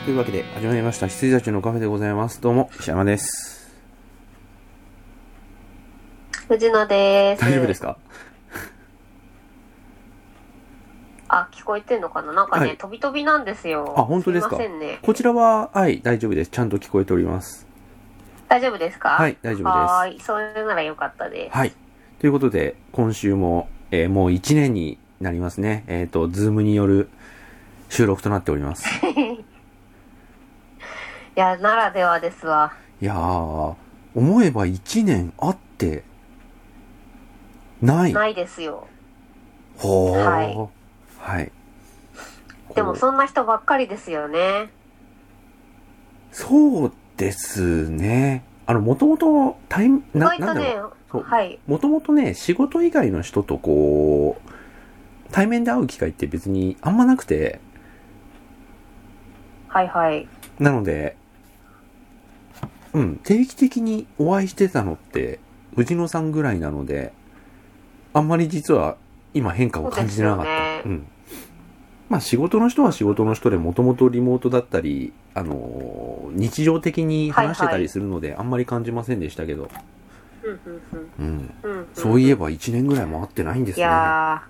というわけで始まりました羊たちのカフェでございます。どうも石山です。 藤野です。 大丈夫ですか？ あ、聞こえてんのかな。なんかね、はい、飛び飛びなんですよ。 あ、本当ですか？ すいませんね。 こちらははい大丈夫です。ちゃんと聞こえております。 大丈夫ですか？ はい、大丈夫です。 はい、そういうならよかったです。 はい。ということで今週も、もう1年になりますね。ズームによる収録となっております。 いや、ならではですわ。 いやー、思えば1年あってないですよ。 ほー。 はい。 はい。 でもそんな人ばっかりですよね。 そうですね。もともと意外とね、はい。 もともとね、仕事以外の人とこう、対面で会う機会って別にあんまなくて。 はいはい。 なので、定期的にお会いしてたのって、藤野さんぐらいなので、あんまり実は今変化を感じてなかった。まあ仕事の人は仕事の人でもともとリモートだったり、日常的に話してたりするので、あんまり感じませんでしたけど。そういえば1年ぐらいも会ってないんですね。 いや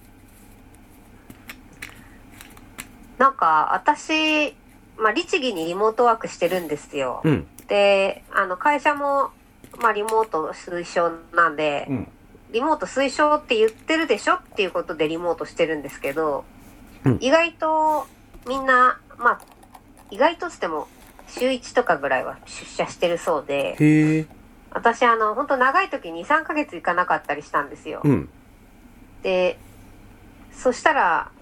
ー、なんか私、律儀にリモートワークしてるんですよ。で、会社も、リモート推奨なんで、リモート推奨って言ってるでしょっていうことでリモートしてるんですけど、意外とみんな、意外とつっても週1とかぐらいは出社してるそうで、私本当長い時に2、3ヶ月行かなかったりしたんですよ。で、そしたら、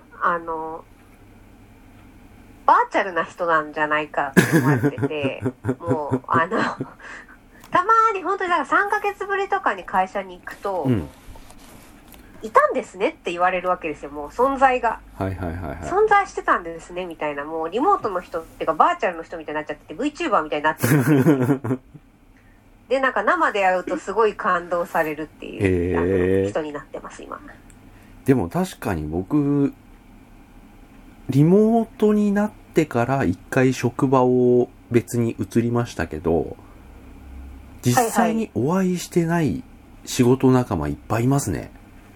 バーチャルな人なんじゃないかって思われてて、もう、たまに本当にだから3ヶ月ぶりとかに会社に行くと、いたんですねって言われるわけですよ。もう存在が。存在してたんですねみたいな、もうリモートの人っていうかバーチャルの人みたいになっちゃってて VTuber みたいになってるで、なんか生で会うとすごい感動されるっていう、人になってます今。 でも確かに僕リモートになってから一回職場を別に移りましたけど、実際にお会いしてない仕事仲間いっぱいいますね。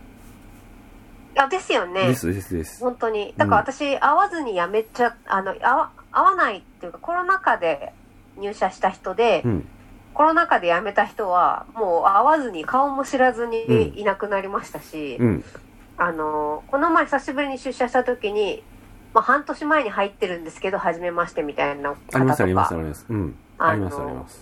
ですよね。 です。 本当に。だから私、会わずに辞めちゃ、会わないっていうか、コロナ禍で入社した人で、コロナ禍で辞めた人は、もう会わずに顔も知らずにいなくなりましたし、この前久しぶりに出社した時に、半年前に入ってるんですけど、初めましてみたいな方とか。 あります。あります。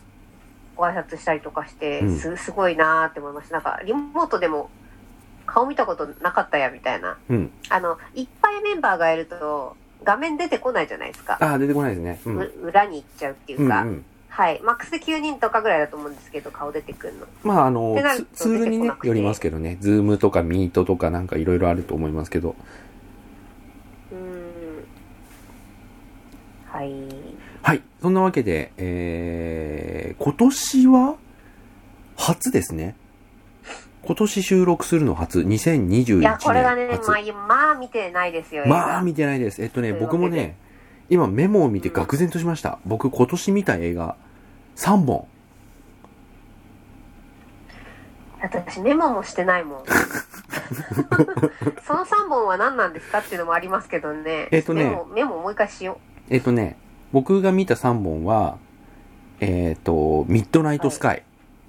ご挨拶したりとかして、すごいなーって思いました。なんか、リモートでも顔見たことなかったや、みたいな。いっぱいメンバーがいると、画面出てこないじゃないですか。 出てこないですね。 裏に行っちゃうっていうか。はい。マックスで9人とかぐらいだと思うんですけど、顔出てくるの。 ツールにね、よりますけどね。ズームとかミートとかなんかいろいろあると思いますけど。 はい。 はい。そんなわけで、今年は初ですね。今年収録するの初、2021年。いや、 これがね、見てないですよ。 見てないです。僕もね、今メモを見て愕然としました。僕今年見た映画、3本。 私メモもしてないもん。その3本は何なんですかっていうのもありますけどね。メモもう一回しよう。 僕が見た3本は、ミッドナイトスカイ。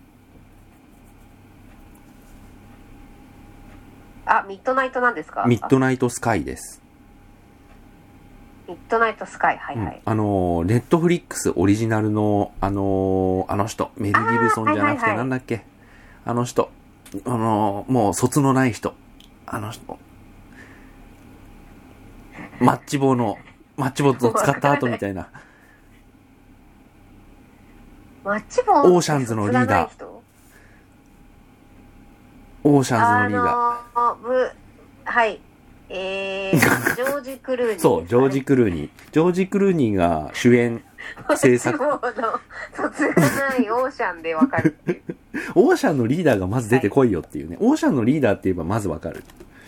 ミッドナイトなんですか？ ミッドナイトスカイです。 ミッドナイトスカイ、はい。 ネットフリックスオリジナルの、あの人、メル・ギブソンじゃなくてなんだっけ、あの人、もう卒のない人、あの人、マッチ棒を使った後みたいな。 マッチ棒オーシャンズのリーダー。 はい。ジョージ・クルーニー。 そう、ジョージ・クルーニー。ジョージ・クルーニーが主演、制作。 卒がないオーシャンでわかるっていう。 オーシャンのリーダーがまず出てこいよっていうね。オーシャンのリーダーって言えばまずわかる。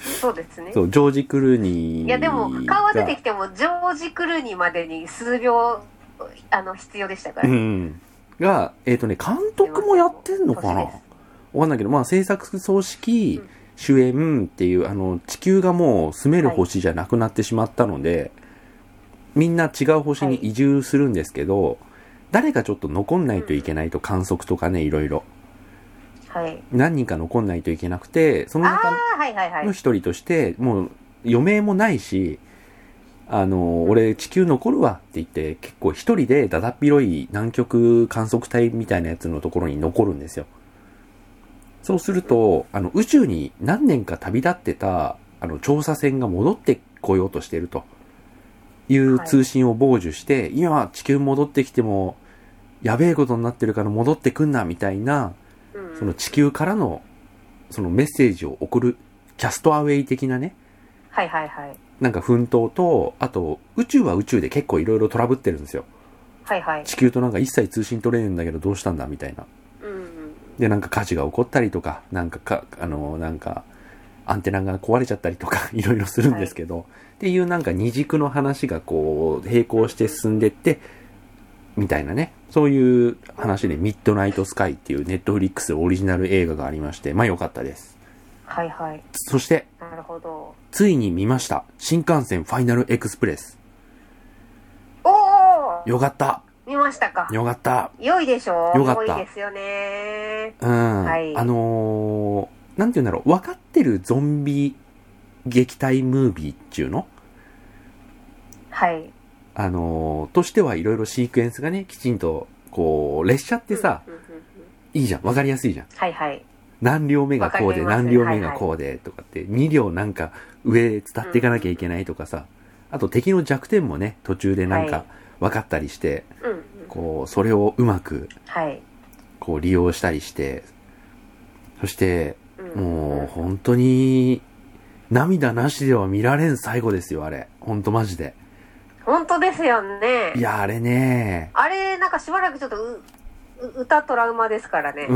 そうですね。 そう、ジョージ・クルーニー。 いや、でも、顔は出てきても、ジョージ・クルーニーまでに数秒、必要でしたから。 うん。が、監督もやってんのかなわかんないけど、まあ、制作総指揮、主演っていう、地球がもう住める星じゃなくなってしまったので、みんな違う星に移住するんですけど、誰かちょっと残んないといけないと、観測とかね、いろいろ。 はい。 何人か残んないといけなくて、その中の一人として、もう余命もないし、俺地球残るわって言って、結構一人でだだっ広い南極観測隊みたいなやつのところに残るんですよ。そうすると、宇宙に何年か旅立ってた、調査船が戻ってこようとしているという通信を傍受して、今地球戻ってきても、やべえことになってるから戻ってくんな、みたいな、その地球からの、そのメッセージを送る、キャストアウェイ的なね。 はいはいはい。 なんか奮闘と、あと、宇宙は宇宙で結構いろいろトラブってるんですよ。 はいはい。 地球となんか一切通信取れるんだけどどうしたんだみたいな。で、なんか火事が起こったりとか、なんかアンテナが壊れちゃったりとか、いろいろするんですけど、っていうなんか二軸の話がこう、並行して進んでって、みたいなね。そういう話でミッドナイトスカイっていうネットフリックスオリジナル映画がありまして、まあ良かったです。 はいはい。 そして、 なるほど。 ついに見ました。新幹線ファイナルエクスプレス。 おー！ よかった。 見ましたか。 よかった。 良いでしょう。 よかった。 良いですよね。 うん。はい。なんて言うんだろう。分かってるゾンビ撃退ムービーっていうの？ はい。 としてはいろいろシークエンスがね、きちんと、こう、列車ってさ、いいじゃん。わかりやすいじゃん。 はいはい。 何両目がこうで、何両目がこうで、とかって、2両なんか上伝っていかなきゃいけないとかさ、あと敵の弱点もね、途中でなんか分かったりして、こう、それをうまく、こう利用したりして、そして、もう本当に、涙なしでは見られん最後ですよ、あれ。本当マジで。 本当ですよね。 いや、あれね。 あれ、なんかしばらくちょっと歌トラウマですからね。 うん。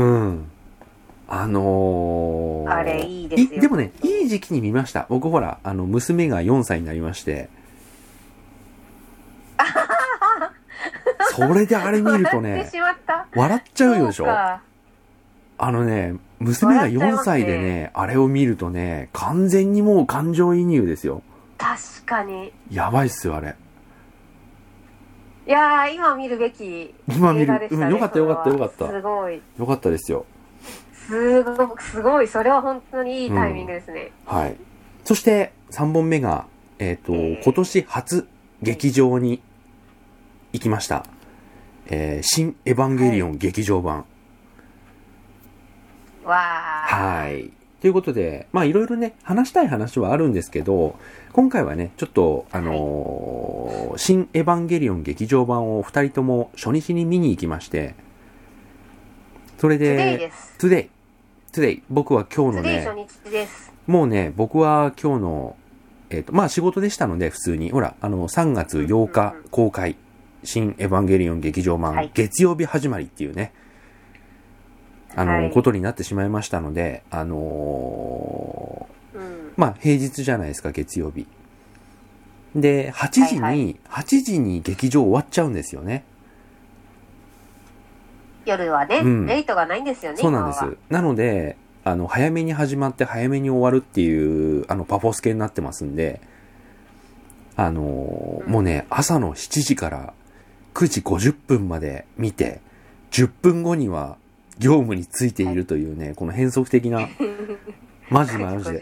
あれいいですよ。 でもね、いい時期に見ました。僕ほら、娘が4歳になりまして。それであれ見るとね、笑っちゃうでしょ。娘が4歳でね、あれを見るとね、完全にもう感情移入ですよ。 確かに。 やばいっすよ、あれ。 いやー、今見るべき。 今見る。よかったよかったよかった。 すごい。 よかったですよ。 すごい。それは本当にいいタイミングですね。 はい。そして、3本目が、今年初劇場に行きました。新エヴァンゲリオン劇場版。はい。ということで、まあいろいろね、話したい話はあるんですけど、今回はね、ちょっと、新エヴァンゲリオン劇場版を2人とも初日に見に行きまして、それで、トゥデイ、僕は今日のね、もうね、僕は今日の、まあ仕事でしたので、普通に、ほら、3月8日公開、新エヴァンゲリオン劇場版、月曜日始まりっていうね、ことになってしまいましたので、まあ、平日じゃないですか、月曜日。で、8時に劇場終わっちゃうんですよね。 夜はね、レイトがないんですよね、 そうなんです。なので、早めに始まって早めに終わるっていう、パフォスケになってますんで、もうね、朝の7時から9時50分まで見て、10分後には、業務についているというね、この変則的な、マジで、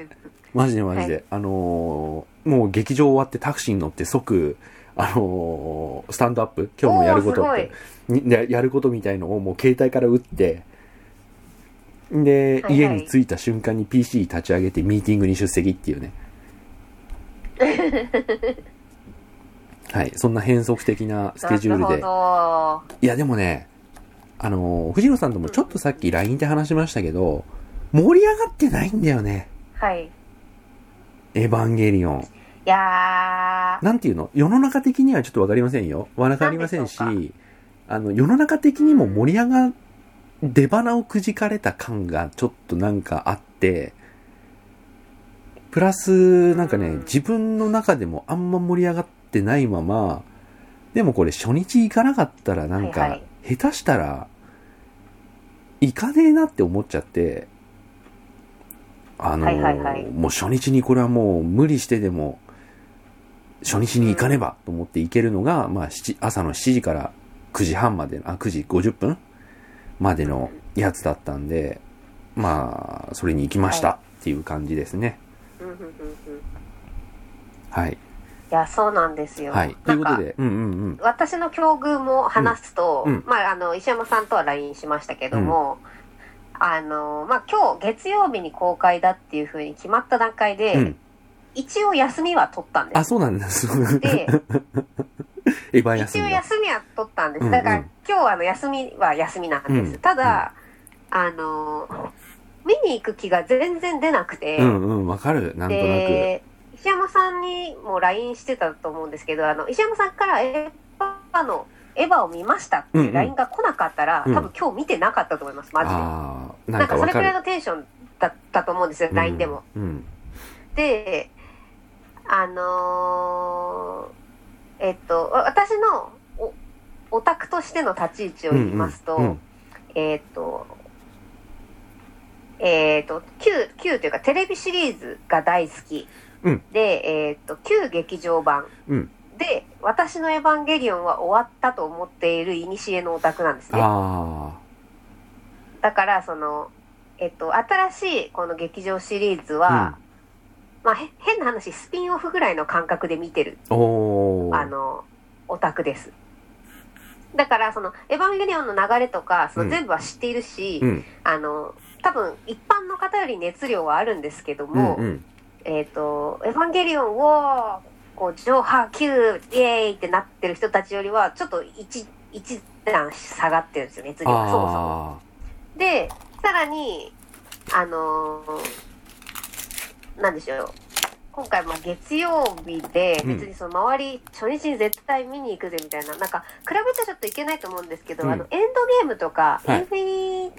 もう劇場終わってタクシーに乗って即、スタンドアップ、今日のやることって、やることみたいのをもう携帯から打って、で、家に着いた瞬間に PC 立ち上げてミーティングに出席っていうね。はい、そんな変則的なスケジュールで。いや、でもね、藤野さんともちょっとさっき LINE で話しましたけど、盛り上がってないんだよね。 はい。 エヴァンゲリオン。 いやー。 なんていうの？世の中的にはちょっとわかりませんよ。わかりませんし、世の中的にも盛り上が、出花をくじかれた感がちょっとなんかあって、 プラス、なんかね、自分の中でもあんま盛り上がってないまま、でもこれ初日行かなかったらなんか、下手したら、行かねえなって思っちゃって、もう初日にこれはもう無理してでも、初日に行かねばと思って行けるのが、まあ朝の7時から9時半までの、9時50分までのやつだったんで、まあ、それに行きましたっていう感じですね。はい。いや、そうなんですよ。 はい。ということで、 私の境遇も話すと、まあ、石山さんとは LINE しましたけども、まあ、今日月曜日に公開だっていう風に決まった段階で、一応休みは取ったんです。 あ、そうなんです。 で、一応休みは取ったんです。だから、今日休みは休みなんです。ただ、見に行く気が全然出なくて。 わかる。なんとなく。 石山さんにも LINE してたと思うんですけど、石山さんからエヴァを見ましたって LINE が来なかったら、多分今日見てなかったと思います、マジで。なんかそれくらいのテンションだったと思うんですよ、LINE でも。で、私のオタクとしての立ち位置を言いますと、Q というかテレビシリーズが大好き。で、Q 劇場版。で、私のエヴァンゲリオンは終わったと思っている古のオタクなんですね。だから、新しいこの劇場シリーズは、まあ、変な話、スピンオフぐらいの感覚で見てる、オタクです。だから、エヴァンゲリオンの流れとか、全部は知っているし、多分、一般の方より熱量はあるんですけども、エヴァンゲリオンを、こう、上波級、イエーイってなってる人たちよりは、ちょっと一段下がってるんですよ、熱量が、そもそも。で、さらに、なんでしょう。今回月曜日で別に周り初日に絶対見に行くぜみたいな、なんか比べちゃちょっといけないと思うんですけど、エンドゲームとか、インフィニ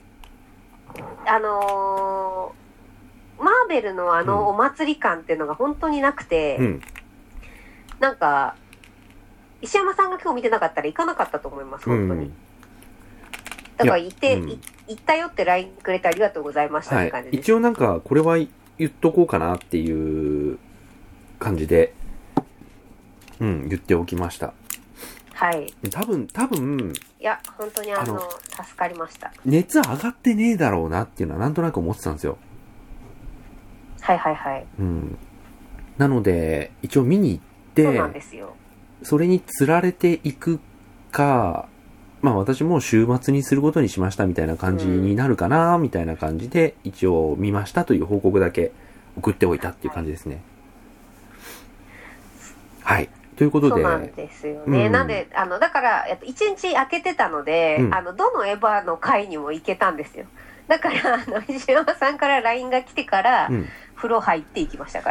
マーベルのお祭り感っていうのが本当になくて、なんか石山さんが今日見てなかったら行かなかったと思います、本当に。だから行ったよって LINE くれてありがとうございましたって感じです。 一応なんかこれは言っとこうかなっていう感じで、言っておきました。 はい。 多分。 いや、本当に助かりました。 熱上がってねえだろうなっていうのはなんとなく思ってたんですよ。 はい。 なので、一応見に行って、 そうなんですよ。 それに釣られていくか、まあ私も週末にすることにしましたみたいな感じになるかな、みたいな感じで、一応見ましたという報告だけ送っておいたっていう感じですね。はい。ということで。 そうなんですよね。なんで、だから、一日空けてたので、どのエヴァの回にも行けたんですよ。だから、石山さんから LINE が来てから、風呂入っていきましたから。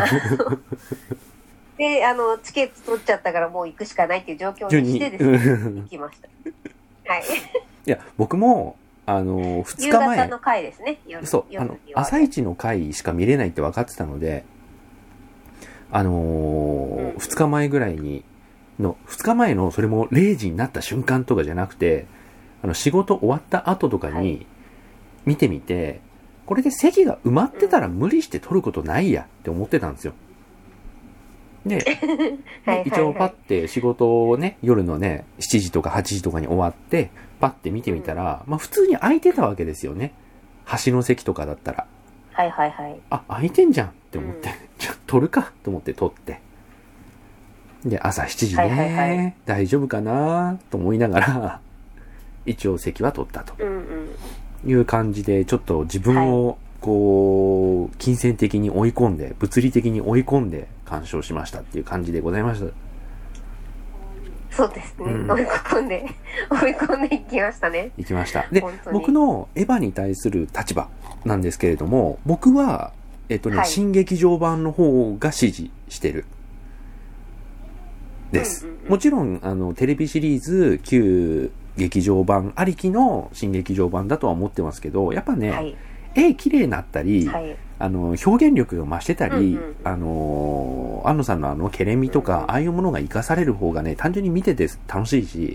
で、チケット取っちゃったからもう行くしかないっていう状況にしてですね、行きました。はい。 いや、僕も、2日前。 夕方の回ですね、 そう、朝一の回しか見れないって分かってたので、2日前ぐらいに、2日前のそれも0時になった瞬間とかじゃなくて、仕事終わった後とかに見てみて、これで席が埋まってたら無理して取ることないやって思ってたんですよ。で、一応パッて仕事をね、夜のね、7時とか8時とかに終わって、パッて見てみたら、まあ普通に空いてたわけですよね。端の席とかだったら。あ、空いてんじゃんって思って、じゃあ取るかと思って取って。で、朝7時ね、大丈夫かなと思いながら、一応席は取ったと。いう感じで、ちょっと自分を、こう、金銭的に追い込んで、物理的に追い込んで鑑賞しましたっていう感じでございました。 そうですね。追い込んでいきましたね。 いきました。で、僕のエヴァに対する立場なんですけれども、僕は、新劇場版の方が支持してる。です。もちろん、テレビシリーズ旧劇場版ありきの新劇場版だとは思ってますけど、やっぱね、 絵綺麗になったり、 はい、 表現力が増してたり、安野さんのケレン味とか、ああいうものが活かされる方がね、単純に見てて楽しいし、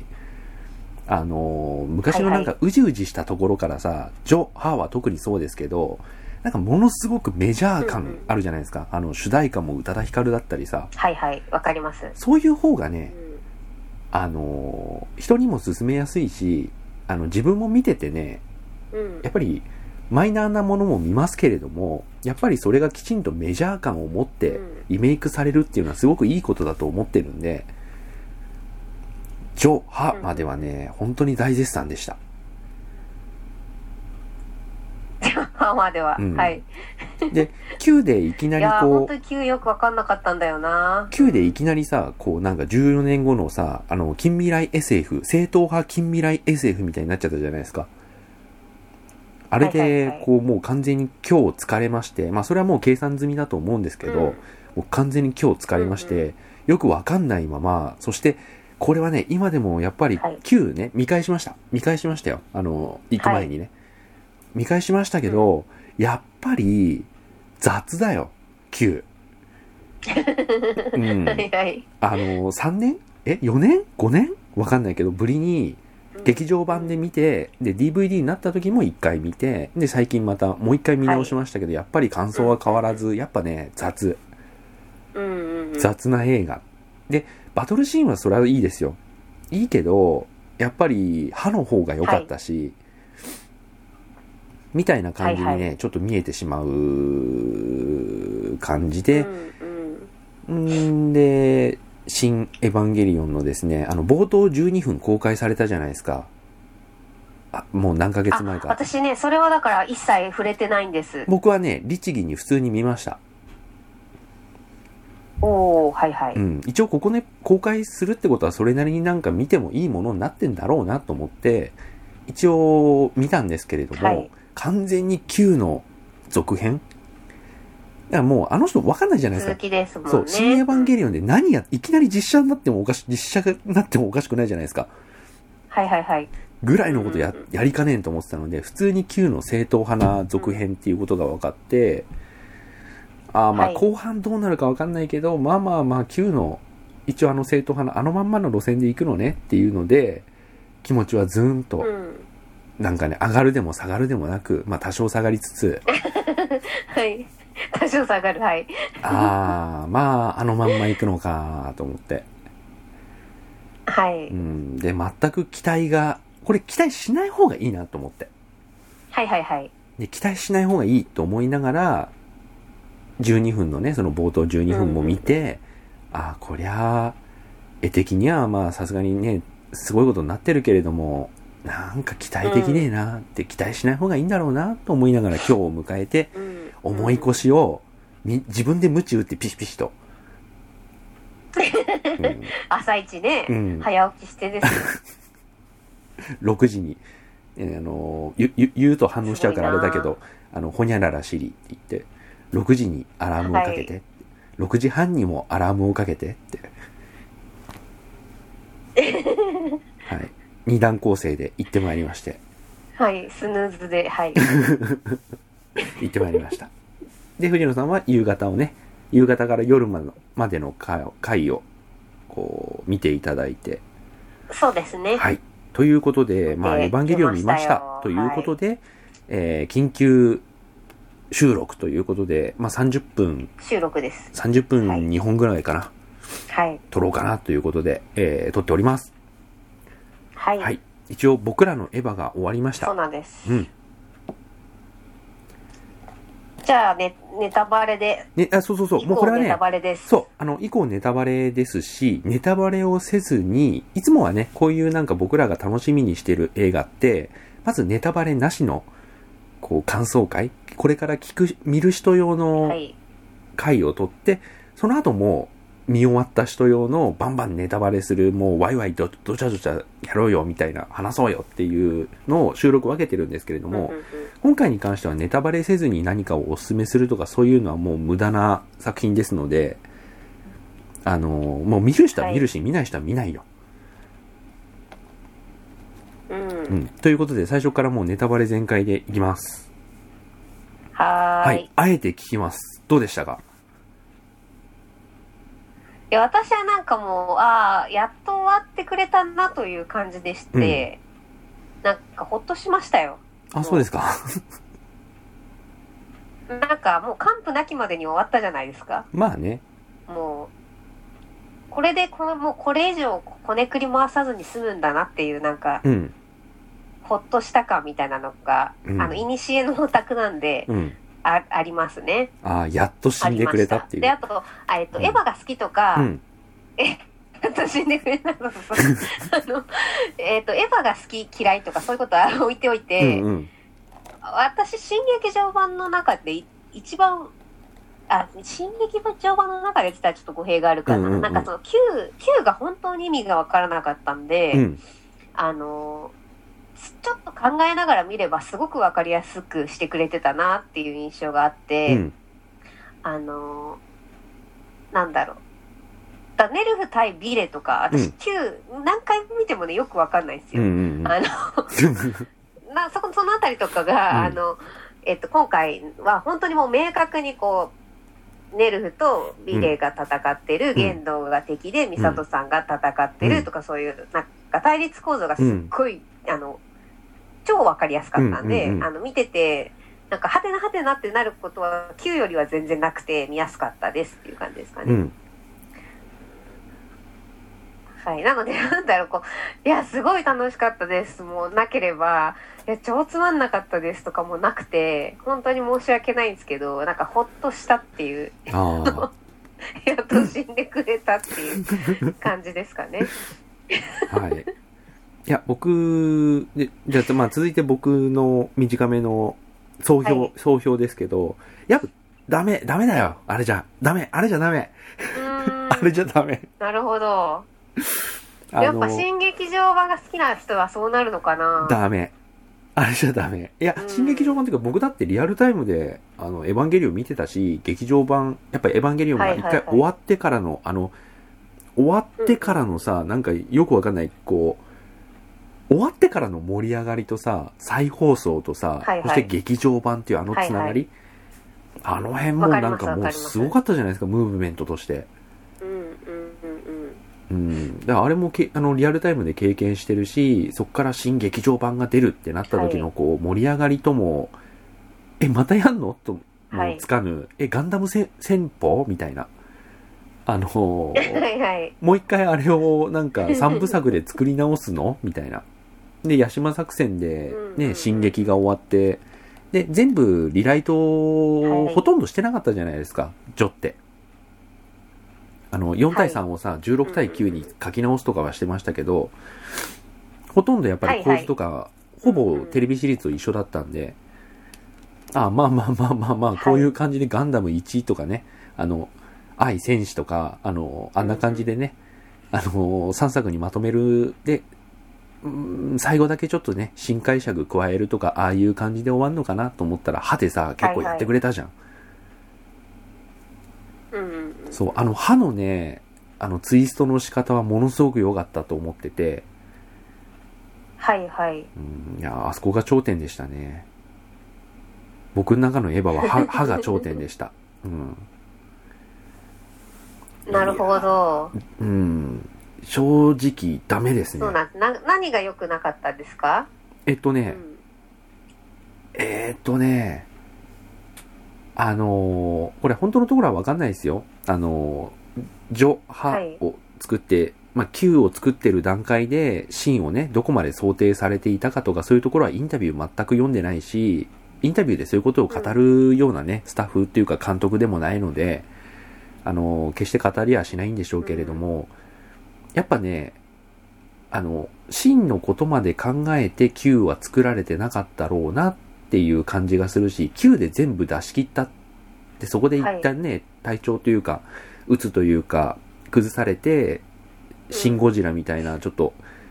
昔のなんかうじうじしたところからさ、ジョ・ハーは特にそうですけど、なんかものすごくメジャー感あるじゃないですか。主題歌も宇多田ヒカルだったりさ。 はいはい、わかります。 そういう方がね、人にも勧めやすいし、自分も見ててね、やっぱりマイナーなものも見ますけれども、やっぱりそれがきちんとメジャー感を持ってリメイクされるっていうのはすごくいいことだと思ってるんで、ジョ・ハまではね、本当に大絶賛でした。 ジョ・ハまでは、はい。 で、Q でいきなりこう、いや本当に Q よくわかんなかったんだよな。 Q でいきなりさ、こうなんか14年後のさ、近未来 SF、正統派近未来 SF みたいになっちゃったじゃないですか。あれで、こうもう完全に今日疲れまして、まあそれはもう計算済みだと思うんですけど、もう完全に今日疲れまして、よくわかんないまま、そして、これはね、今でもやっぱり Q ね、見返しました。見返しましたよ。行く前にね。見返しましたけど、やっぱり雑だよ、Q。 はいはい。 3年4年 ?5 年わかんないけど、ぶりに劇場版で見て、で、DVD になった時も1回見て、で、最近またもう1回見直しましたけど、やっぱり感想は変わらず、やっぱね、雑。雑な映画。で、バトルシーンはそれはいいですよ。いいけど、やっぱり歯の方が良かったし、みたいな感じにね、ちょっと見えてしまう感じで、で、新エヴァンゲリオンのですね、冒頭12分公開されたじゃないですか。もう何ヶ月前か。 私ね、それはだから一切触れてないんです。 僕はね、律儀に普通に見ました。 はいはい。 一応ここね、公開するってことはそれなりになんか見てもいいものになってんだろうなと思って、一応見たんですけれども、完全に Q の続編。いやもうあの人分かんないじゃないですか。 続きですもんね。 そう、新エヴァンゲリオンで何や、いきなり実写になってもおかしくないじゃないですか。 はいはいはい。 ぐらいのことやりかねえと思ってたので、普通に Q の正統派な続編っていうことが分かって、まあ後半どうなるか分かんないけど、まあ Q の一応正統派のまんまの路線で行くのねっていうので、気持ちはずーんと、なんかね、上がるでも下がるでもなく、まあ多少下がりつつ、 はい。多少下がる、はい。 まあまんま行くのかと思って。 はい。 で、全く期待しない方がいいなと思って。 はいはいはい。 で、期待しない方がいいと思いながら、12分のね、その冒頭12分も見て、こりゃ、絵的にはまあさすがにね、すごいことになってるけれども、なんか期待できねえなって期待しない方がいいんだろうなと思いながら今日を迎えて、重い腰を自分で鞭打ってピシピシと。 朝一ね、早起きしてですよ。6時に、言うと反応しちゃうからあれだけど、ほにゃららしりって言って、6時にアラームをかけて、6時半にもアラームをかけてって。はい。二段構成で行ってまいりまして。 はい、スヌーズで、はい。 行ってまいりました。で、藤野さんは夕方から夜までの回を、こう、見ていただいて。 そうですね。 はい。ということで、エヴァンゲリオン見ました。ということで、緊急収録ということで、30分。 収録です。 30分2本ぐらいかな。 はい。 撮ろうかなということで、撮っております。 はい。 はい。一応僕らのエヴァが終わりました。 そうなんです。じゃあネタバレで。 そう。もうこれはね、 ネタバレです。 そう、以降ネタバレですし、ネタバレをせずに、いつもはね、こういうなんか僕らが楽しみにしてる映画って、まずネタバレなしの、こう、感想会、これから見る人用の回を撮って、その後も、見終わった人用のバンバンネタバレする、もうワイワイどちゃどちゃやろうよみたいな、話そうよっていうのを収録分けてるんですけれども、今回に関してはネタバレせずに何かをお勧めするとかそういうのはもう無駄な作品ですので、もう見る人は見るし、見ない人は見ないよ。ということで最初からもうネタバレ全開でいきます。 はい。あえて聞きます。どうでしたか？ いや、私はなんかもう、やっと終わってくれたなという感じでして、なんかほっとしましたよ。 そうですか。 なんかもう完膚なきまでに終わったじゃないですか。 まあね。 もう、これでもうこれ以上こねくり回さずに済むんだなっていうなんか、ほっとした感みたいなのが、いにしえのオタクなんで、ありますね。 やっと死んでくれたっていう。 で、あと、エヴァが好きとか、やっと死んでくれたのと、エヴァが好き嫌いとかそういうことは置いておいて、私、新劇場版の中で一番、新劇場版の中で来たらちょっと語弊があるかな。なんかその Q が本当に意味がわからなかったんで、ちょっと考えながら見ればすごくわかりやすくしてくれてたなっていう印象があって、なんだろう。ネルフ対ビレとか、私 Q 何回見てもね、よくわかんないんですよ。そのあたりとかが、今回は本当にもう明確にこう、ネルフとビレが戦ってる、玄道が敵で、ミサトさんが戦ってるとか、そういう、なんか対立構造がすっごい、超わかりやすかったんで、見てて、なんか、はてなはてなってなることは、Q よりは全然なくて、見やすかったですっていう感じですかね。はい。なので、なんだろう、いや、すごい楽しかったです。もう、なければ、いや、超つまんなかったですとかもなくて、本当に申し訳ないんですけど、なんか、ほっとしたっていう、やっと死んでくれたっていう感じですかね。 はい。いや、じゃあ、まあ、続いて僕の短めの総評ですけど、やっぱ、ダメだよ。あれじゃダメ。あれじゃダメ。 なるほど。やっぱ新劇場版が好きな人はそうなるのかな。 ダメ。あれじゃダメ。いや、新劇場版っていうか僕だってリアルタイムで、エヴァンゲリオン見てたし、劇場版、やっぱエヴァンゲリオンが一回終わってからの、終わってからのさ、なんかよくわかんない、終わってからの盛り上がりとさ、再放送とさ、そして劇場版っていうつながり、あの辺もなんかもうすごかったじゃないですか、ムーブメントとして。だからあれもリアルタイムで経験してるし、そっから新劇場版が出るってなった時の盛り上がりとも、またやんのともつかぬ、ガンダム戦法みたいな。もう一回あれをなんか3部作で作り直すのみたいな。で、ヤシマ作戦でね、進撃が終わって、で、全部リライトをほとんどしてなかったじゃないですか、ジョって。4対3をさ、16対9に書き直すとかはしてましたけど、ほとんどやっぱり構図とか、ほぼテレビシリーズと一緒だったんで、まあ、こういう感じでガンダム1とかね、愛戦士とか、あんな感じでね、3作にまとめるで、最後だけちょっとね、新解釈加えるとか、ああいう感じで終わんのかなと思ったら、歯でさ、結構やってくれたじゃん。そう、歯のね、ツイストの仕方はものすごく良かったと思ってて。いや、あそこが頂点でしたね。僕の中のエヴァは歯が頂点でした。 なるほど。 正直ダメですね。 そうなんです。何が良くなかったですか？ これ本当のところはわかんないですよ。序波を作って、Q を作ってる段階で、シーンをね、どこまで想定されていたかとか、そういうところはインタビュー全く読んでないし、インタビューでそういうことを語るようなね、スタッフっていうか監督でもないので、決して語りはしないんでしょうけれども、やっぱね、シーンのことまで考えて Q は作られてなかったろうなっていう感じがするし、Q で全部出し切ったって、そこで一旦ね、体調というか、うつというか、崩されて、シン・ゴジラみたいな、ちょっと、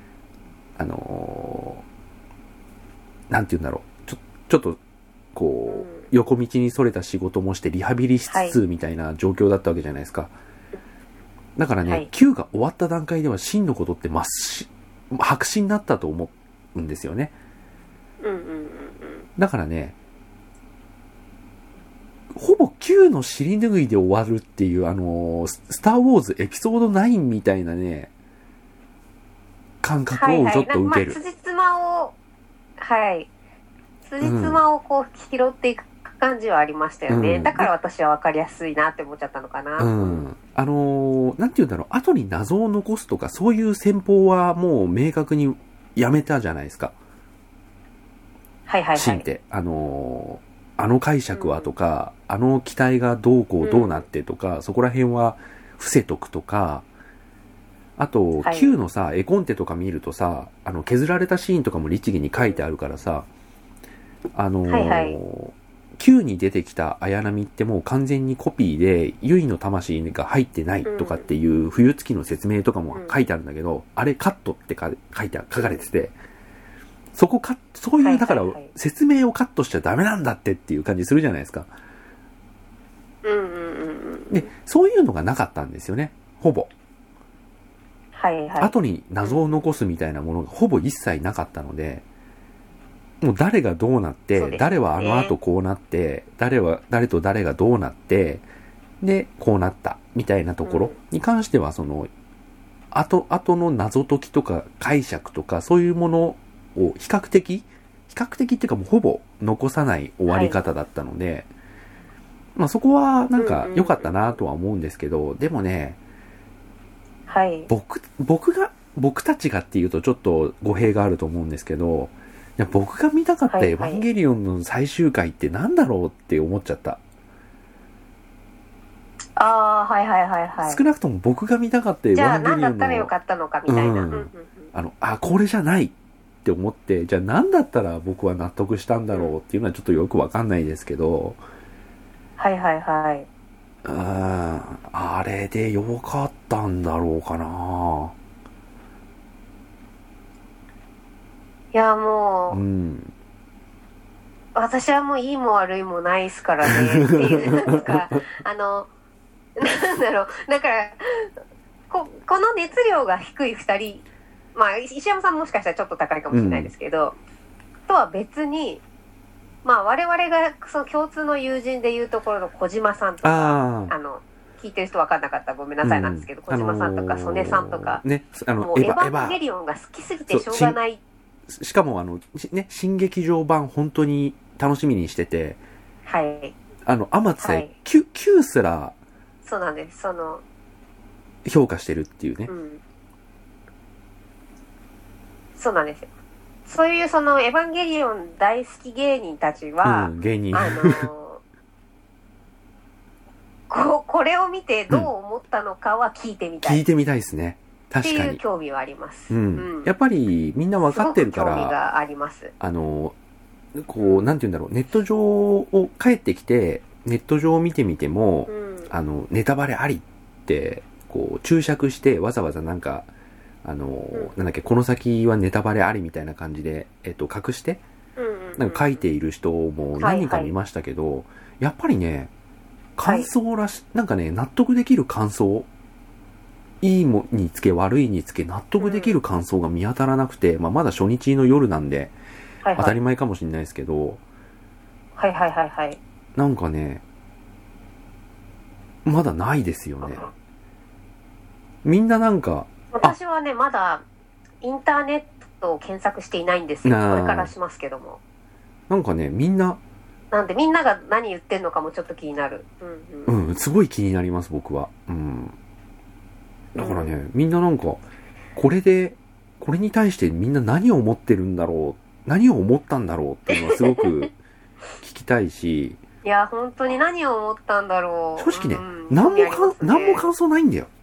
なんて言うんだろう。ちょっと、横道にそれた仕事もしてリハビリしつつみたいな状況だったわけじゃないですか。だからね、Q が終わった段階ではシンのことって白紙になったと思うんですよね。だからね、 ほぼ9の尻拭いで終わるっていう、スターウォーズエピソード9みたいなね、感覚をちょっと受ける。 辻褄を、辻褄をこう拾っていく感じはありましたよね。だから私は分かりやすいなって思っちゃったのかな。 なんていうんだろう、後に謎を残すとか、そういう戦法はもう明確にやめたじゃないですか。シンって。あの解釈はとか、あの機体がどうこうどうなってとか、そこら辺は伏せとくとか、あと、Q のさ、絵コンテとか見るとさ、削られたシーンとかも律儀に書いてあるからさ、Q に出てきた綾波ってもう完全にコピーで、ユイの魂が入ってないとかっていう冬月の説明とかも書いてあるんだけど、あれカットって書かれてて、そういう、だから、説明をカットしちゃダメなんだってっていう感じするじゃないですか。で、そういうのがなかったんですよね、ほぼ。後に謎を残すみたいなものがほぼ一切なかったので、もう誰がどうなって、誰はあの後こうなって、誰と誰がどうなって、で、こうなった、みたいなところに関しては、後の謎解きとか解釈とか、そういうものを比較的っていうかもうほぼ残さない終わり方だったので、まあそこはなんか良かったなとは思うんですけど、でもね、僕たちがっていうとちょっと語弊があると思うんですけど、いや僕が見たかったエヴァンゲリオンの最終回ってなんだろうって思っちゃった。少なくとも僕が見たかったエヴァンゲリオンの。じゃあ何だったらよかったのかみたいな。これじゃないって思って、じゃあ何だったら僕は納得したんだろうっていうのはちょっとよくわかんないですけど。あれでよかったんだろうかな。 いやもう、私はもういいも悪いもないですからねっていうなんかなんだろう、だからこの熱量が低い2人、まあ石山さんもしかしたらちょっと高いかもしれないですけど、とは別に、まあ我々がその共通の友人でいうところの小島さんとか、聞いてる人分かんなかったらごめんなさいなんですけど、小島さんとか曽根さんとか、もうエヴァンゲリオンが好きすぎてしょうがない。 しかも新劇場版本当に楽しみにしてて、天津さん、Q すら、 そうなんです、 評価してるっていうね。そうなんですよ。 そういうエヴァンゲリオン大好き芸人たちは、これを見てどう思ったのかは聞いてみたい。 聞いてみたいですね。確かに。 っていう興味はあります。 やっぱりみんな分かってるから、 興味があります。 なんて言うんだろう、ネット上を帰ってきて、ネット上を見てみても、ネタバレありって、注釈してわざわざなんか、なんだっけ、この先はネタバレありみたいな感じで、隠して、なんか書いている人も何人か見ましたけど、やっぱりね、感想なんかね、納得できる感想、いいにつけ悪いにつけ納得できる感想が見当たらなくて、まだ初日の夜なんで、当たり前かもしれないですけど、なんかね、まだないですよね。みんななんか、 私はね、まだインターネットを検索していないんですよ。これからしますけども。 なんかね、みんなが何言ってんのかもちょっと気になる。 すごい気になります、僕は。だからね、みんななんか、これに対してみんな何を思ってるんだろう、何を思ったんだろうっていうのはすごく聞きたいし。 いや、本当に何を思ったんだろう。正直ね、何も感想ないんだよ。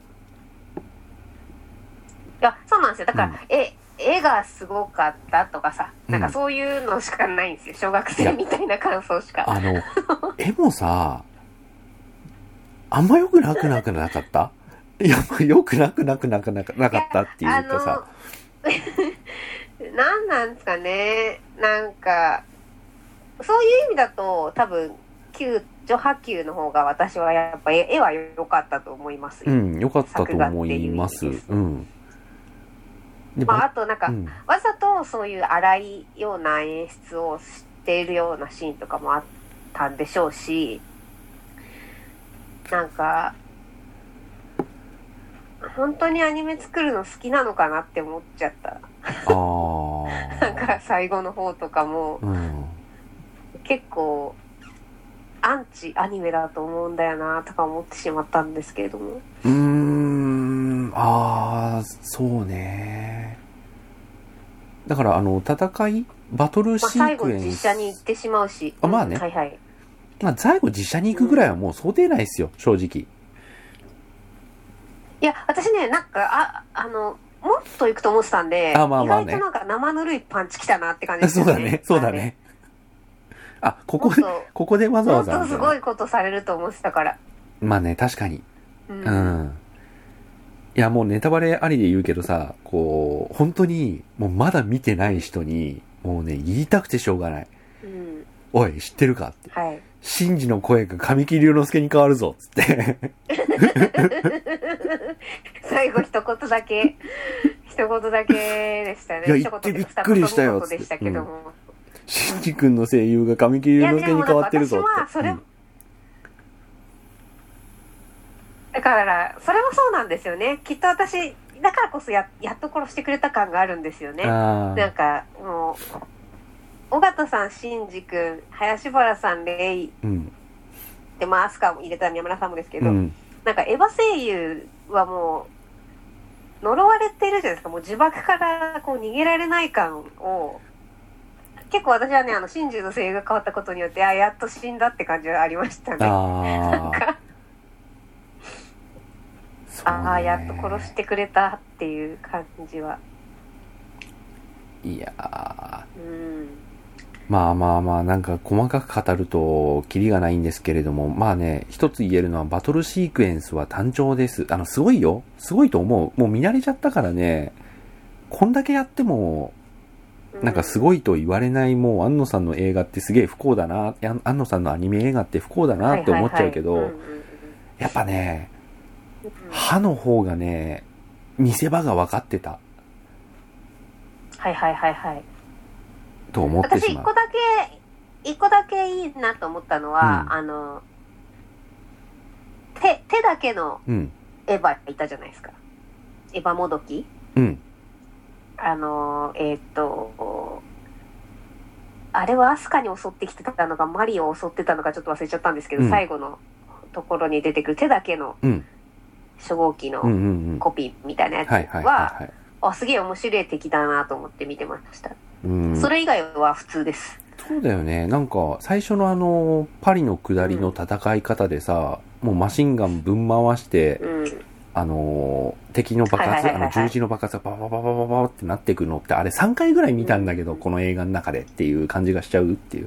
いや、そうなんですよ。だから、絵がすごかったとかさ、なんかそういうのしかないんですよ。小学生みたいな感想しか。 絵もさ、あんま良くなかったいや、良くなかったっていうかさ。 何なんですかね。なんか、そういう意味だと、多分、序波球の方が私はやっぱ絵は良かったと思います。 良かったと思います。 あとなんか、わざとそういう荒いような演出をしているようなシーンとかもあったんでしょうし、なんか本当にアニメ作るの好きなのかなって思っちゃった。なんか最後の方とかも、結構アンチアニメだと思うんだよなとか思ってしまったんですけれども。 そうね。だから戦いバトルシークエンス、 最後実写に行ってしまうし、 まあね、 はいはい、 まあ最後実写に行くぐらいはもう想定内ですよ、正直。 いや私ね、なんかもっと行くと思ってたんで、意外となんか生ぬるいパンチきたなって感じですね。 そうだね。ここでわざわざもっとすごいことされると思ってたから。 まあね、確かに。いや、もうネタバレありで言うけどさ、本当に、もうまだ見てない人に、もうね、言いたくてしょうがない。おい、知ってるかって。はい。シンジの声が神木隆之介に変わるぞ、つって。 最後一言だけでしたね。 いや、言ってびっくりしたよ、つって。シンジ君の声優が神木隆之介に変わってるぞって。 私はそれ、だからそれもそうなんですよね。きっと私だからこそやっと殺してくれた感があるんですよね。なんかもう尾形さん、シンジ君、林原さん、レイ、でまあアスカも入れたら宮村さんもですけど、なんかエヴァ声優はもう呪われてるじゃないですか。もう呪縛からこう逃げられない感を。結構私はね、シンジの声優が変わったことによって、やっと死んだって感じはありましたね。なんかやっと殺してくれたっていう感じは。 いやまあ、なんか細かく語るとキリがないんですけれども、まあね、一つ言えるのはバトルシークエンスは単調です。すごいよ。すごいと思う。もう見慣れちゃったからね、こんだけやっても、なんかすごいと言われない、もう安野さんの映画ってすげえ不幸だな、安野さんのアニメ映画って不幸だなって思っちゃうけど、やっぱね、歯の方がね、見せ場が分かってた。と思ってしまう。 私一個だけいいなと思ったのは、手だけのエヴァいたじゃないですか。エヴァもどき。あれはアスカに襲ってきてたのかマリオを襲ってたのかちょっと忘れちゃったんですけど、最後のところに出てくる手だけの初号機のコピーみたいなやつはすげえ面白い敵だなと思って見てました。それ以外は普通です。 そうだよね。なんか最初のパリの下りの戦い方でさ、もうマシンガンぶん回して、敵の爆発、十字の爆発がババババババってなってくるのって、あれ3回ぐらい見たんだけど、この映画の中でっていう感じがしちゃうっていう。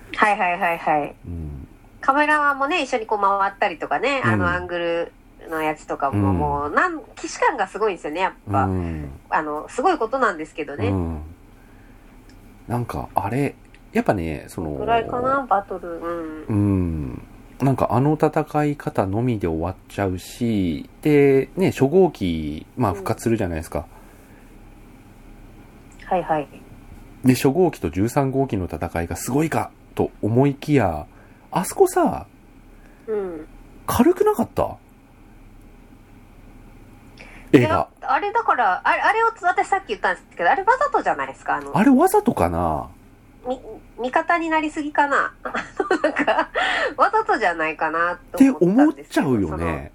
カメラもね、一緒にこう回ったりとかね、アングルのやつとかも、もう、既視感がすごいんですよね、やっぱ。すごいことなんですけどね。 なんか、あれ、やっぱね、 ぐらいかな、バトル。 なんか戦い方のみで終わっちゃうし、で、ね、初号機、復活するじゃないですか。で、初号機と13号機の戦いがすごいかと思いきや、あそこさ、軽くなかった？映画。 あれだから、あれを私さっき言ったんですけど、あれわざとじゃないですか。 あれわざとかな？ 味方になりすぎかな。なんかわざとじゃないかなって思っちゃうよね。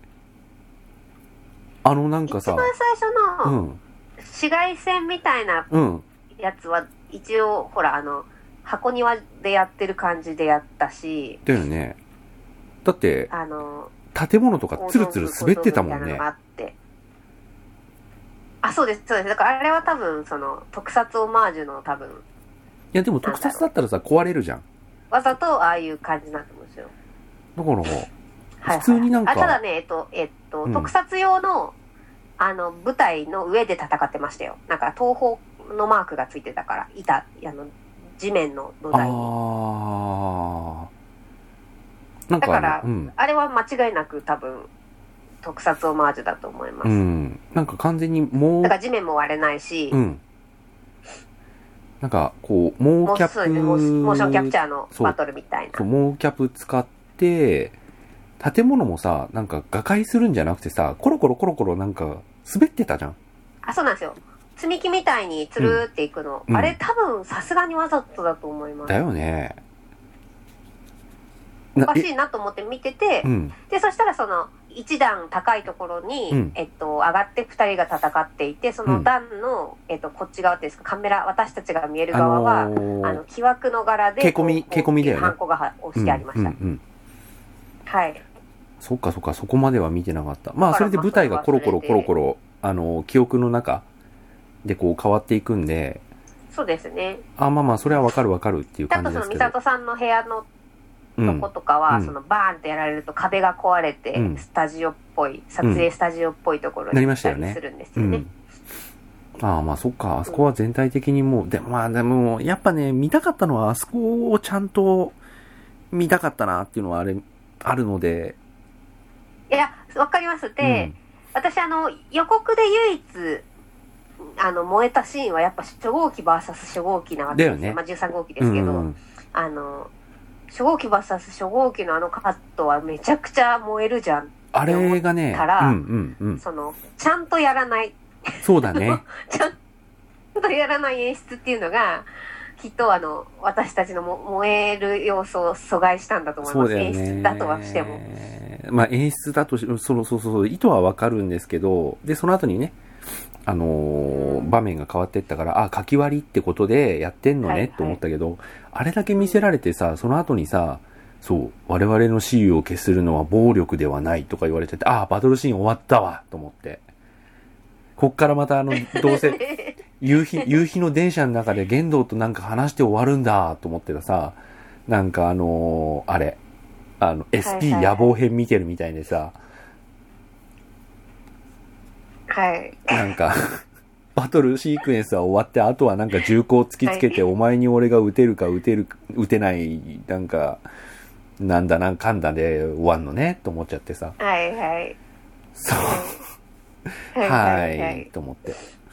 なんかさ、 一番最初の紫外線みたいなやつは一応ほら箱庭でやってる感じでやったし。 だよね。だって建物とかツルツル滑ってたもんね。 そうですそうです。だからあれは多分特撮オマージュの多分。 いやでも特撮だったらさ壊れるじゃん。 わざとああいう感じになってますよ。 だから普通になんか、 ただね特撮用の舞台の上で戦ってましたよ。なんか東宝のマークがついてたから地面の土台に。なんかだから、あれは間違いなく多分特撮オマージュだと思います。 なんか完全にもうだから地面も割れないし。 なんかこうモーキャップ、 モーションキャプチャーのバトルみたいな。 モーキャップ使って建物もさ、なんか瓦解するんじゃなくてさ、コロコロなんか滑ってたじゃん。 あ、そうなんですよ。積み木みたいにつるっていくの、あれ多分さすがにわざとだと思います。 だよね。 おかしいなと思って見てて、でそしたらその一段高いところに、上がって2人が戦っていて、その段の、こっち側っていうんですか、カメラ、私たちが見える側は、木枠の柄で、 毛込みだよね。 ハンコが押してありました。はい。 そっか、そこまでは見てなかった。まあ、それで舞台がコロコロ、記憶の中でこう変わっていくんで、 そうですね。 まあ、それはわかるっていう感じですけど。 あとその美里さんの部屋のとことかは、そのバーンってやられると壁が壊れて、スタジオっぽい、撮影スタジオっぽいところに行ったりするんですよね。 まあそっか、あそこは全体的にもう、でも、やっぱね、見たかったのは、あそこをちゃんと見たかったなっていうのはあるので。 いや、わかります。で、私予告で唯一、燃えたシーンはやっぱ初号機 VS 初号機なわけですよ。だよね。まあ13号機ですけど、初号機 VS 初号機のカットはめちゃくちゃ燃えるじゃん。 あれがね、 ちゃんとやらない。 そうだね。 ちゃんとやらない演出っていうのが、きっと私たちの燃える要素を阻害したんだと思います。演出だとはしても。 まあ演出だとそう意図はわかるんですけど、で、その後にね、場面が変わってったから、書き割りってことでやってんのねと思ったけど、あれだけ見せられてさ、その後にさ、我々の雌雄を消するのは暴力ではないとか言われてて、バトルシーン終わったわと思って。こっからまたどうせ、夕日の電車の中で玄道となんか話して終わるんだと思ってたさ、なんかSP 野望編見てるみたいでさ、なんかバトルシークエンスは終わって、あとはなんか銃口突きつけて、お前に俺が撃てるか撃てない、なんかなんだなんかんだで終わんのねと思っちゃってさ、そうはいと思って、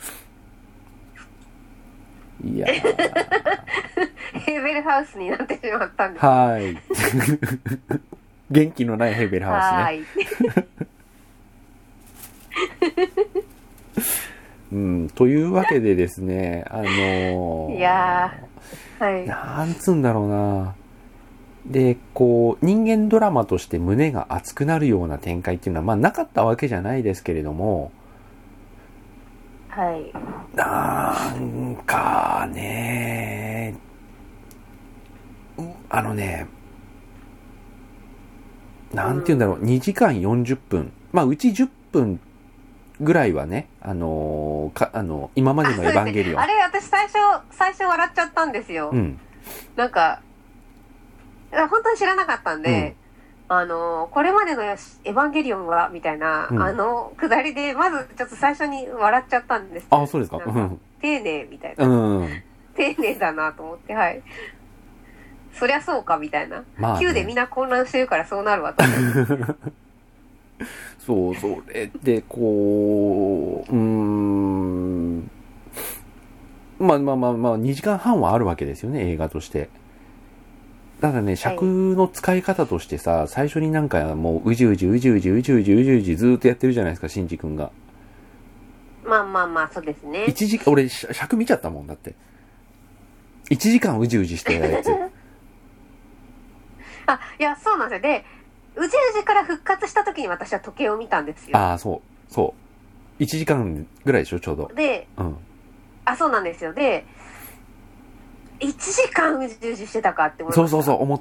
いやヘーベルハウスになってしまったんです元気のないヘーベルハウスね。というわけでですね、 いやなんつうんだろうな。で、こう、人間ドラマとして胸が熱くなるような展開っていうのは、まあなかったわけじゃないですけれども、なんかね、なんて言うんだろう、2時間40分。まあうち10分ぐらいはね、今までのエヴァンゲリオン。 あれ、私最初笑っちゃったんですよ。なんか、本当に知らなかったんで、これまでのエヴァンゲリオンは、みたいな、くだりで、まずちょっと最初に笑っちゃったんですけど。 そうですか。 丁寧みたいな。丁寧だなと思って、そりゃそうか、みたいな。Q でみんな混乱してるからそうなるわと思って。 それで、こう、まあ、2時間半はあるわけですよね、映画として。ただね、尺の使い方としてさ、最初になんかもう、うじうじずーっとやってるじゃないですか、シンジ君が。 まあ、そうですね。 俺、尺見ちゃったもんだって。1時間うじうじしてたやつ。 いや、そうなんですよ。で、うじうじから復活した時に私は時計を見たんですよ。 そう。1時間ぐらいでしょ、ちょうど。 で、そうなんですよ。で、1時間うじうじしてたかって思いました。 そう、思った。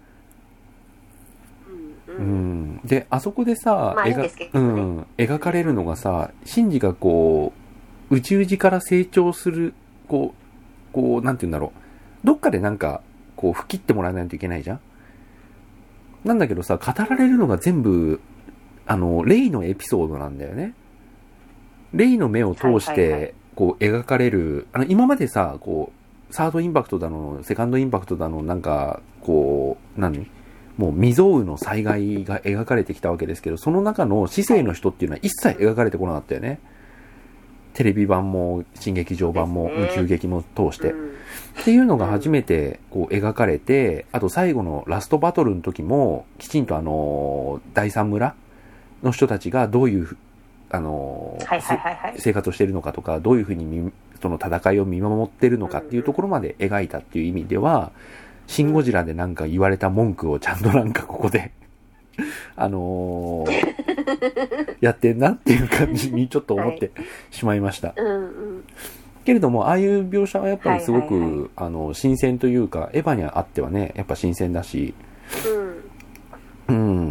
で、あそこでさ、描かれるのがさ、シンジがこう、うじうじから成長する、こう、なんて言うんだろう。どっかでなんか、こう、吹きってもらわないといけないじゃん。なんだけどさ、語られるのが全部、レイのエピソードなんだよね。レイの目を通して、こう、描かれる、今までさ、こう、サードインパクトだの、セカンドインパクトだの、なんか、こう、もう未曾有の災害が描かれてきたわけですけど、その中の市政の人っていうのは一切描かれてこなかったよね。 テレビ版も新劇場版も宇宙劇も通して、 うん、 っていうのが初めてこう描かれて、あと最後のラストバトルの時もきちんと第三村の人たちがどういう生活をしているのかとか、どういうふうにその戦いを見守っているのかっていうところまで描いたっていう意味では、シン・ゴジラでなんか言われた文句をちゃんとなんかここでやってんなっていう感じにちょっと思ってしまいました。 うんうん、 けれども、ああいう描写はやっぱりすごく、新鮮というか、エヴァにあってはね、やっぱ新鮮だし、うん。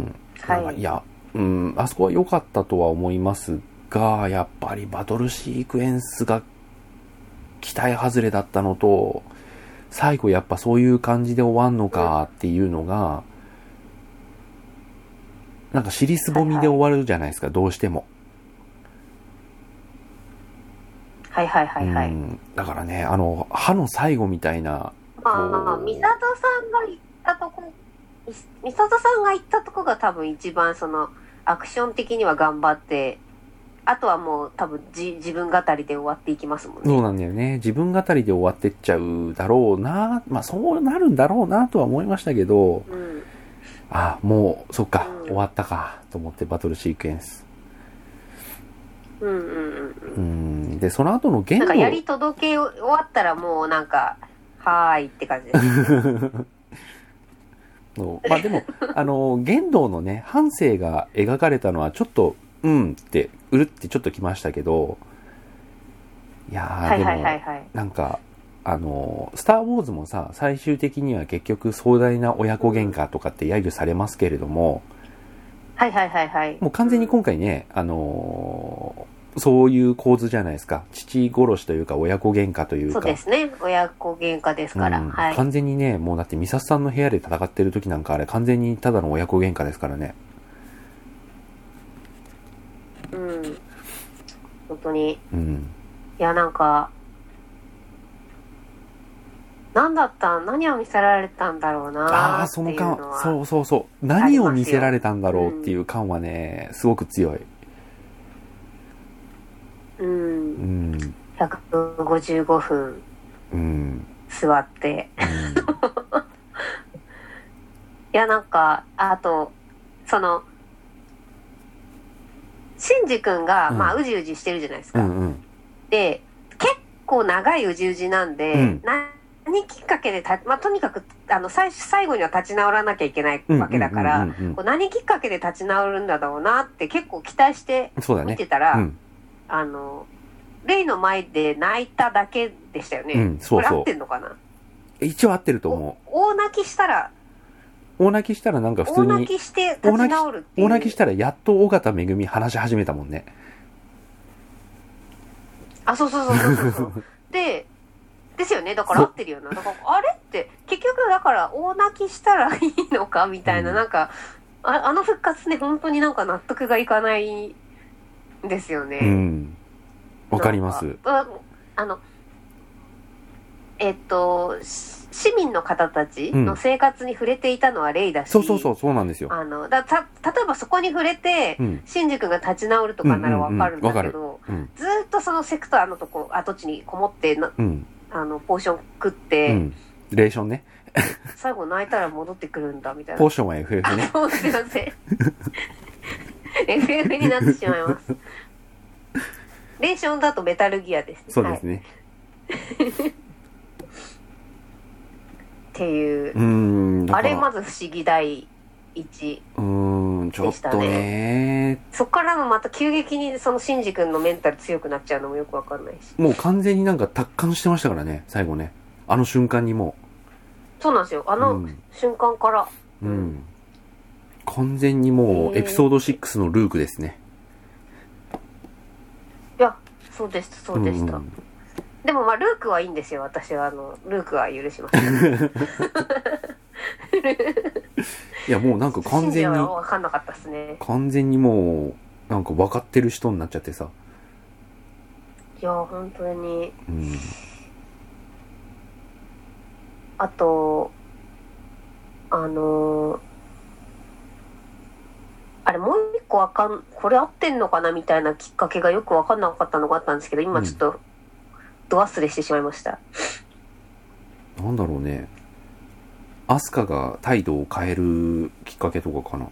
はい。いや、うん、あそこは良かったとは思いますが、やっぱりバトルシークエンスが期待外れだったのと、最後やっぱそういう感じで終わんのかっていうのが、なんか尻すぼみで終わるじゃないですか、どうしても。 はいはいはいはい。 だからね、歯の最後みたいな。 まあ、ミサトさんが言ったとこが多分一番その、アクション的には頑張って、あとはもう多分自分語りで終わっていきますもんね。 そうなんだよね。自分語りで終わってっちゃうだろうな。まあそうなるんだろうなとは思いましたけど、うん、もう、そっか、終わったか、と思ってバトルシークエンス。で、その後のなんかやり届け終わったらもうなんか、はーいって感じです。 まあでも、玄道のね、半生が描かれたのはちょっと、うるってちょっときましたけど、いやー、でも、なんか、スター・ウォーズもさ、最終的には結局壮大な親子喧嘩とかって揶揄されますけれども、もう完全に今回ね、そういう構図じゃないですか。父殺しというか親子喧嘩というか。 そうですね。親子喧嘩ですから。はい。 完全にね、もうだってミサスさんの部屋で戦ってる時なんかあれ完全にただの親子喧嘩ですからね。 うん。本当に。うん。いや、なんか、何を見せられたんだろうなーっていうのは。 そう。何を見せられたんだろうっていう感はね、すごく強い。 155分、座って。いや、なんか、あと、シンジ君が、まあ、うじうじしてるじゃないですか。で、結構長いうじうじなんで、何きっかけでまあ、とにかく最後には立ち直らなきゃいけないわけだから、何きっかけで立ち直るんだろうなって結構期待して見てたら、レイの前で泣いただけでしたよね。これ合ってんのかな？ 一応合ってると思う。 大泣きしたらなんか普通に。 大泣きして立ち直るっていう。 大泣きしたらやっと尾形めぐみ話し始めたもんね。 そう。ですよね。だから合ってるよな。だからあれって結局だから大泣きしたらいいのかみたいな、なんかあの復活ね、本当になんか納得がいかないんですよね。 わかります。 市民の方たちの生活に触れていたのはレイだし、 そうなんですよ。 例えばそこに触れて、シンジ君が立ち直るとかならわかるんだけど、ずっとそのセクターの跡地にこもってポーション食って、 レーションね。 最後泣いたら戻ってくるんだみたいな。 ポーションは FF ね。 そうすいません。FF になってしまいます。レーションだとメタルギアですね。 そうですね。 っていう。あれまず不思議第一。 ちょっとね。 そっからもまた急激にそのシンジ君のメンタル強くなっちゃうのもよくわかんないし。 もう完全になんか達観してましたからね、最後ね。あの瞬間にもう。そうなんですよ。あの瞬間から。 完全にもうエピソード6のルークですね。 いや、そうでした。でもまあルークはいいんですよ。私はルークは許します。 いやもうなんか完全に分かんなかったですね。 完全にもうなんか分かってる人になっちゃってさ。 いや本当に。あとあれもう一個これ合ってんのかなみたいなきっかけがよくわかんなかったのがあったんですけど、今ちょっと、ド忘れしてしまいました。 なんだろうね。アスカが態度を変えるきっかけとかかな。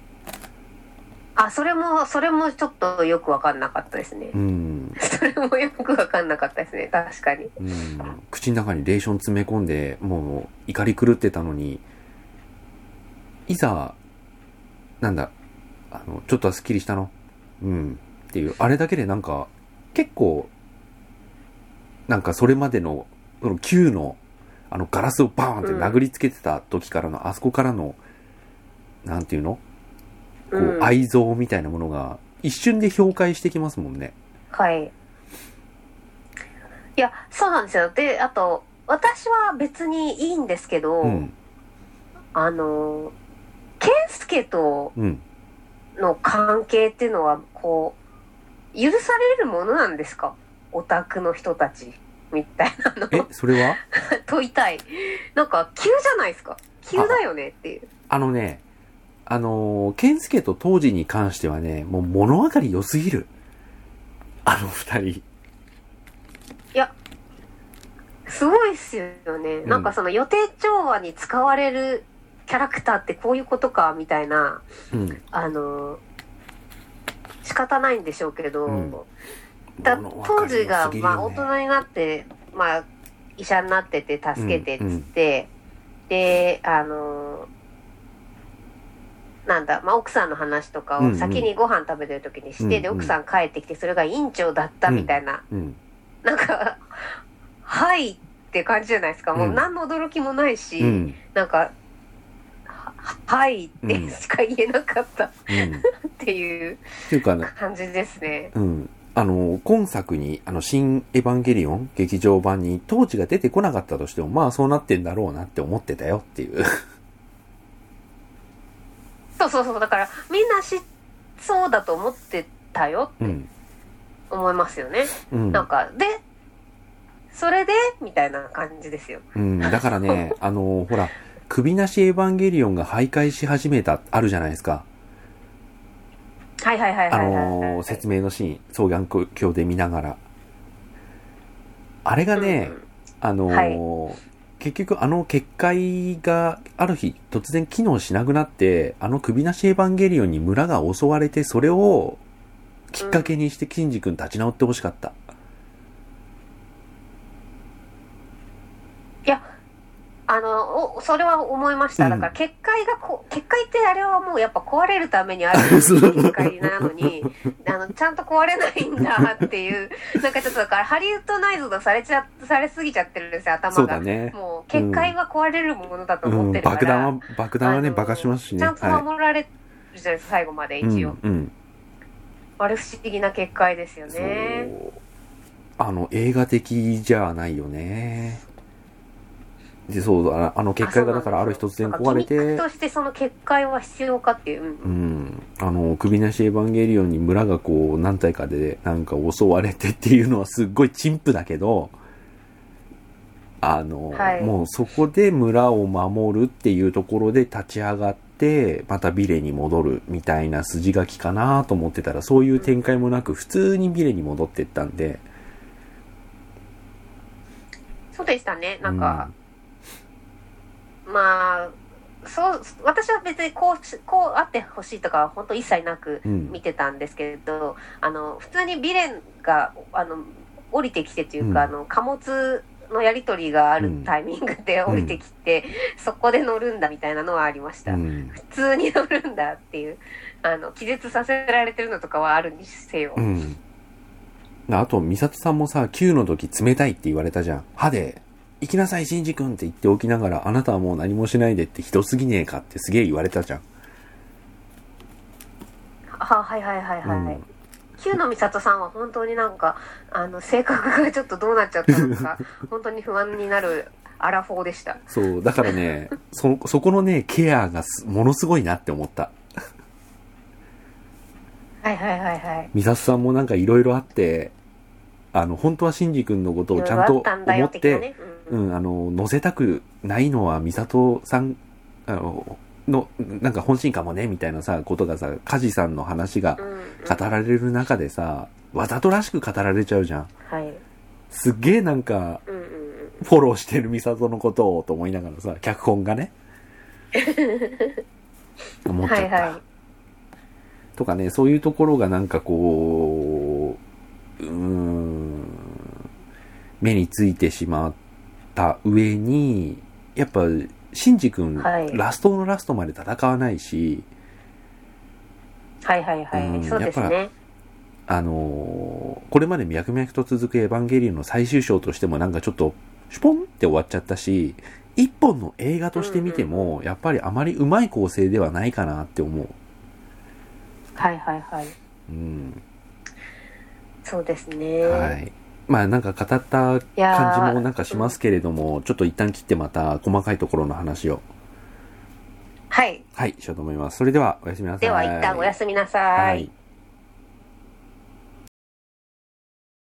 それもちょっとよくわかんなかったですね。それもよくわかんなかったですね。確かに。 口の中にレーション詰め込んで、もう怒り狂ってたのに、いざ、なんだ、ちょっとはスッキリしたのっていう、あれだけでなんか、結構、なんかそれまでの、Q の、ガラスをバーンって殴りつけてた時からの、あそこからの、なんていうのこう、愛憎みたいなものが、一瞬で氷解してきますもんね。 はい。いや、そうなんですよ。で、あと、私は別にいいんですけど、健介との関係っていうのは、こう、許されるものなんですか？オタクの人たち。みたいなの。 それは問いたい。なんか、急じゃないですか。急だよねっていう。 健介と当時に関してはね、もう物分かり良すぎる。二人。いや、すごいっすよね。なんかその予定調和に使われるキャラクターってこういうことか、みたいな、仕方ないんでしょうけど、当時が、大人になって、医者になってて助けてっつって、で、奥さんの話とかを先にご飯食べてる時にして、で、奥さん帰ってきて、それが院長だったみたいな、なんか、はいって感じじゃないですか。もう何の驚きもないし、なんか、はいってしか言えなかった、っていう感じですね。 今作に、新エヴァンゲリオン劇場版に当時が出てこなかったとしても、そうなってんだろうなって思ってたよっていう。 そう。だから、みんなそうだと思ってたよって思いますよね。なんか、で、それでみたいな感じですよ。 だからね、ほら、首なしエヴァンゲリオンが徘徊し始めた、あるじゃないですか。説明のシーン、双眼鏡で見ながら。あれがね、結局結界がある日突然機能しなくなって、首なしエヴァンゲリオンに村が襲われて、それをきっかけにしてキンジ君立ち直ってほしかった。 いや、それは思いました。だから結界ってあれはもうやっぱ壊れるためにある結界なのに、ちゃんと壊れないんだっていう、なんかちょっとだからハリウッドナイズドされすぎちゃってるんですよ、頭が。 そうだね。 もう結界は壊れるものだと思ってるから。 爆弾はね、爆破しますしね。 ちゃんと守られるじゃないですか、最後まで一応。あれ不思議な結界ですよね。 映画的じゃないよね。で、そうだ、結界がだからある日突然壊れて。 ギミックとしてその結界は必要かっていう。 首なしエヴァンゲリオンに村がこう、何体かでなんか襲われてっていうのはすっごい陳腐だけど、もうそこで村を守るっていうところで立ち上がって、またビレに戻るみたいな筋書きかなと思ってたら、そういう展開もなく、普通にビレに戻ってったんで。 そうでしたね、なんか。私は別にこうあってほしいとかは本当一切なく見てたんですけれど、普通にビレンが降りてきてというか、貨物のやり取りがあるタイミングで降りてきて、そこで乗るんだみたいなのはありました。普通に乗るんだっていう、気絶させられてるのとかはあるにせよ。 あと、美里さんもさ、Q の時冷たいって言われたじゃん。歯で、行きなさい、シンジ君って言っておきながら、あなたはもう何もしないでってひどすぎねえかってすげえ言われたじゃん。 はい。Q の美里さんは本当になんか、性格がちょっとどうなっちゃったのか、本当に不安になるアラフォーでした。 そう、だからね、そこのね、ケアがものすごいなって思った。美里さんもなんかいろいろあって、本当はシンジ君のことをちゃんと思って、乗せたくないのは美里さん、 の、なんか本心かもね、みたいなさ、ことがさ、梶さんの話が語られる中でさ、わざとらしく語られちゃうじゃん。 はい。 すっげえなんか、フォローしてる美里のことをと思いながらさ、脚本がね。思っちゃった。はいはい。とかね、そういうところがなんかこう、目についてしまった上に、やっぱ、シンジ君、はい、ラストのラストまで戦わないし、 はいはいはい、そうですね。 これまで脈々と続くエヴァンゲリオンの最終章としてもなんかちょっと、シュポンって終わっちゃったし、一本の映画として見ても、やっぱりあまりうまい構成ではないかなって思う。 はいはいはい。そうですね。 はい。まあなんか語った感じもなんかしますけれども、ちょっと一旦切ってまた細かいところの話を。 はい。 はい、しようと思います。それではおやすみなさい。 では一旦おやすみなさい。はい。